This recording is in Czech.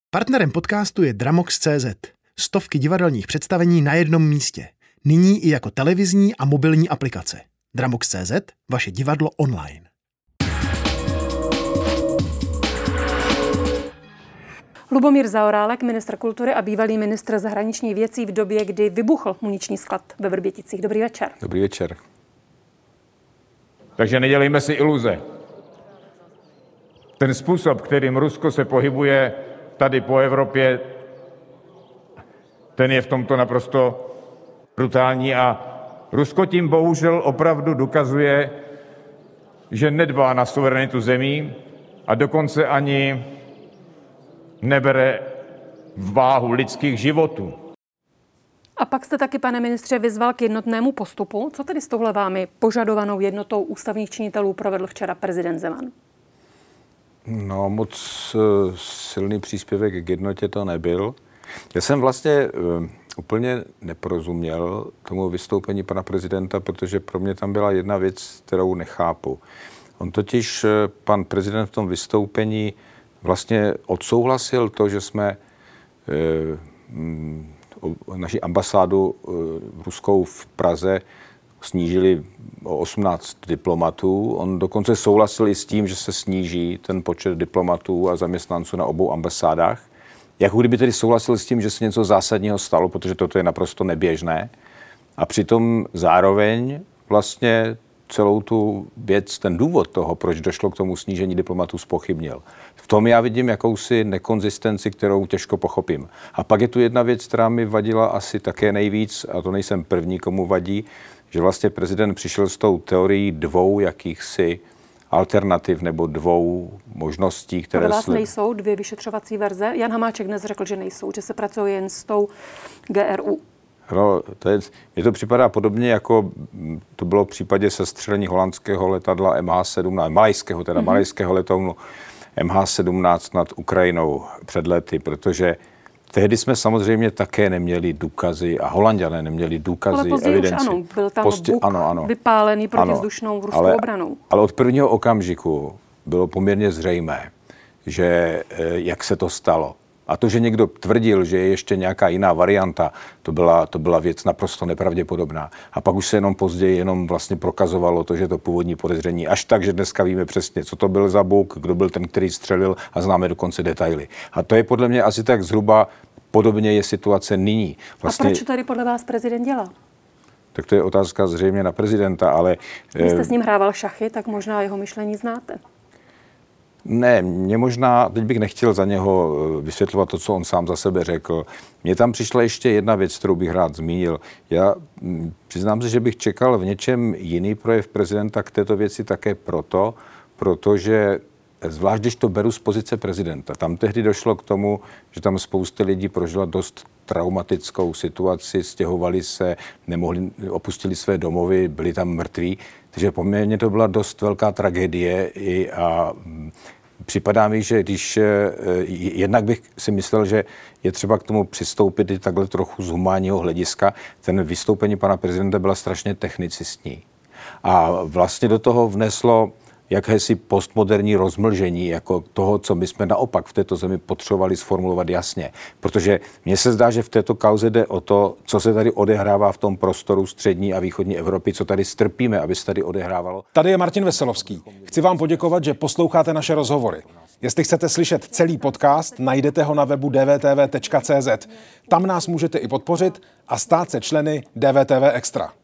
Partnerem podcastu je Dramox.cz. Stovky divadelních představení na jednom místě. Nyní i jako televizní a mobilní aplikace. Dramox.cz, vaše divadlo online. Lubomír Zaorálek, ministr kultury a bývalý ministr zahraničních věcí v době, kdy vybuchl muniční sklad ve Vrběticích. Dobrý večer. Dobrý večer. Takže nedělejme si iluze. Ten způsob, kterým Rusko se pohybuje tady po Evropě, ten je v tomto naprosto brutální a Rusko tím bohužel opravdu dokazuje, že nedbá na suverenitu zemí a dokonce ani nebere v váhu lidských životů. A pak jste taky, pane ministře, vyzval k jednotnému postupu. Co tedy s touhle vámi požadovanou jednotou ústavních činitelů provedl včera prezident Zeman? No, moc silný příspěvek k jednotě to nebyl. Já jsem vlastně úplně neporozuměl tomu vystoupení pana prezidenta, protože pro mě tam byla jedna věc, kterou nechápu. On totiž, pan prezident v tom vystoupení vlastně odsouhlasil to, že jsme naši ambasádu ruskou v Praze snížili o 18 diplomatů. On dokonce souhlasil i s tím, že se sníží ten počet diplomatů a zaměstnanců na obou ambasádách. Jako kdyby tedy souhlasil s tím, že se něco zásadního stalo, protože toto je naprosto neběžné. A přitom zároveň vlastně celou tu věc, ten důvod toho, proč došlo k tomu snížení diplomatů, zpochybnil. V tom já vidím jakousi nekonzistenci, kterou těžko pochopím. A pak je tu jedna věc, která mi vadila asi také nejvíc, a to nejsem první, komu vadí, že vlastně prezident přišel s tou teorií dvou jakýchsi alternativ nebo dvou možností, které... Podle vás nejsou dvě vyšetřovací verze? Jan Hamáček dnes řekl, že nejsou, že se pracuje jen s tou GRU. No, mně to připadá podobně, jako to bylo v případě sestřelení holandského letadla MH17, malajského letounu MH17 nad Ukrajinou před lety, protože tehdy jsme samozřejmě také neměli důkazy a Holanďané neměli důkazy, ale později evidenci. Už ano, byl tam Buk vypálený protivzdušnou ruskou obranou. Ale od prvního okamžiku bylo poměrně zřejmé, že jak se to stalo. A to, že někdo tvrdil, že je ještě nějaká jiná varianta, to byla věc naprosto nepravděpodobná. A pak už se jenom později vlastně prokazovalo to, že to původní podezření. Až tak, že dneska víme přesně, co to byl za Buk, kdo byl ten, který střelil a známe dokonce detaily. A to je podle mě asi tak zhruba podobně je situace nyní. Vlastně, a proč to tady podle vás prezident dělá? Tak to je otázka zřejmě na prezidenta, ale... Vy jste s ním hrával šachy, tak možná jeho myšlení znáte. Ne, mě možná, teď bych nechtěl za něho vysvětlovat to, co on sám za sebe řekl. Mně tam přišla ještě jedna věc, kterou bych rád zmínil. Já přiznám se, že bych čekal v něčem jiný projev prezidenta k této věci také protože zvlášť, když to beru z pozice prezidenta. Tam tehdy došlo k tomu, že tam spousta lidí prožila dost traumatickou situaci, stěhovali se, opustili své domovy, byli tam mrtví. Takže poměrně to byla dost velká tragédie a připadá mi, že když jednak bych si myslel, že je třeba k tomu přistoupit i takhle trochu z humánního hlediska, ten vystoupení pana prezidenta byla strašně technicistní. A vlastně do toho vneslo jakési postmoderní rozmlžení jako toho, co my jsme naopak v této zemi potřebovali sformulovat jasně. Protože mně se zdá, že v této kauze jde o to, co se tady odehrává v tom prostoru střední a východní Evropy, co tady strpíme, aby se tady odehrávalo. Tady je Martin Veselovský. Chci vám poděkovat, že posloucháte naše rozhovory. Jestli chcete slyšet celý podcast, najdete ho na webu dvtv.cz. Tam nás můžete i podpořit a stát se členy DVTV Extra.